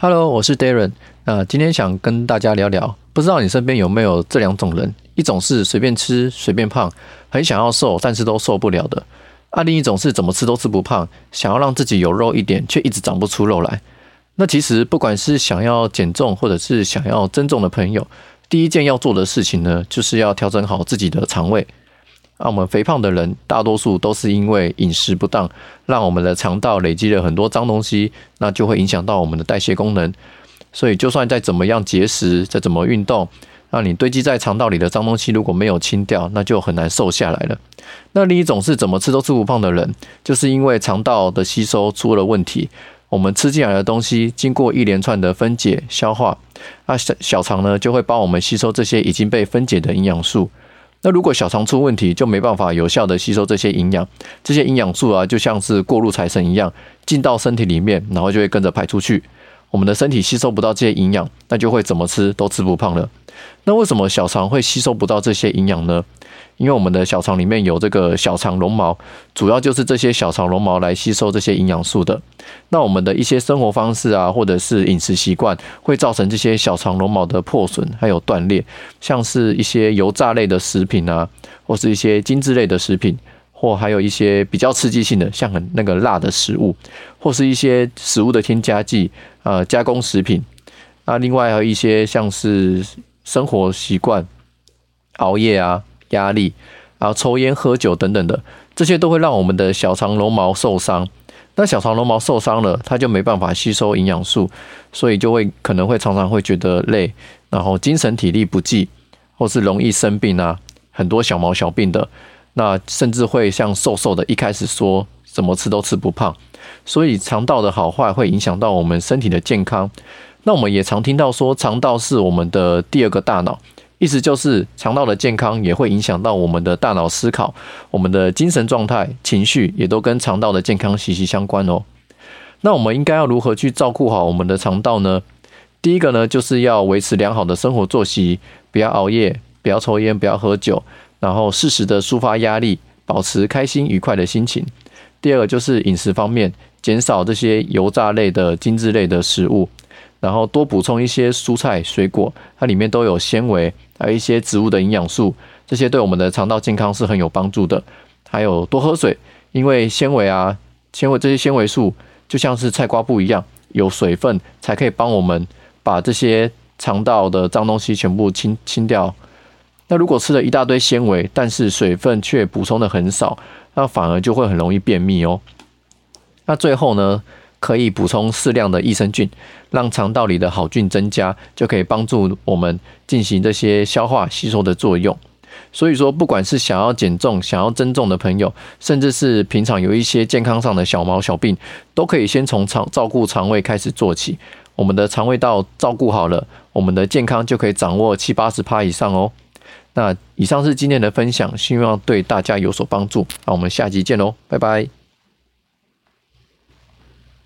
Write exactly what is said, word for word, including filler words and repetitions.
Hello，我是 Darren。那今天想跟大家聊聊，不知道你身边有没有这两种人？一种是随便吃随便胖，很想要瘦，但是都瘦不了的；啊，另一种是怎么吃都吃不胖，想要让自己有肉一点，却一直长不出肉来。那其实不管是想要减重，或者是想要增重的朋友，第一件要做的事情呢，就是要调整好自己的肠胃。啊，我们肥胖的人大多数都是因为饮食不当，让我们的肠道累积了很多脏东西，那就会影响到我们的代谢功能。所以就算再怎么样节食，再怎么运动，那你堆积在肠道里的脏东西如果没有清掉，那就很难瘦下来了。那另一种是怎么吃都吃不胖的人，就是因为肠道的吸收出了问题。我们吃进来的东西经过一连串的分解消化，那小肠呢就会帮我们吸收这些已经被分解的营养素。那如果小肠出问题，就没办法有效的吸收这些营养，这些营养素啊，就像是过路财神一样，进到身体里面，然后就会跟着排出去。我们的身体吸收不到这些营养，那就会怎么吃都吃不胖了。那为什么小肠会吸收不到这些营养呢？因为我们的小肠里面有这个小肠绒毛，主要就是这些小肠绒毛来吸收这些营养素的。那我们的一些生活方式啊，或者是饮食习惯，会造成这些小肠绒毛的破损还有断裂，像是一些油炸类的食品啊，或是一些精致类的食品，或还有一些比较刺激性的，像很那个辣的食物，或是一些食物的添加剂，呃，加工食品。那另外还有一些像是生活习惯，熬夜啊、压力，然后抽烟、喝酒等等的，这些都会让我们的小肠绒毛受伤。那小肠绒毛受伤了，它就没办法吸收营养素，所以就会可能会常常会觉得累，然后精神体力不济，或是容易生病啊，很多小毛小病的。那甚至会像瘦瘦的，一开始说怎么吃都吃不胖。所以肠道的好坏会影响到我们身体的健康。那我们也常听到说，肠道是我们的第二个大脑，意思就是肠道的健康也会影响到我们的大脑思考，我们的精神状态、情绪也都跟肠道的健康息息相关哦。那我们应该要如何去照顾好我们的肠道呢？第一个呢，就是要维持良好的生活作息，不要熬夜，不要抽烟，不要喝酒，然后适时的抒发压力，保持开心愉快的心情。第二个就是饮食方面，减少这些油炸类的精致类的食物，然后多补充一些蔬菜水果，它里面都有纤维，还有一些植物的营养素，这些对我们的肠道健康是很有帮助的。还有多喝水，因为纤维啊，纤维这些纤维素就像是菜瓜布一样，有水分才可以帮我们把这些肠道的脏东西全部清清掉。那如果吃了一大堆纤维，但是水分却补充的很少，那反而就会很容易便秘哦。那最后呢，可以补充适量的益生菌，让肠道里的好菌增加，就可以帮助我们进行这些消化吸收的作用。所以说，不管是想要减重、想要增重的朋友，甚至是平常有一些健康上的小毛小病，都可以先从肠照顾肠胃开始做起。我们的肠胃道照顾好了，我们的健康就可以掌握七八十趴以上哦。那以上是今天的分享，希望对大家有所帮助。那我们下集见喽，拜拜。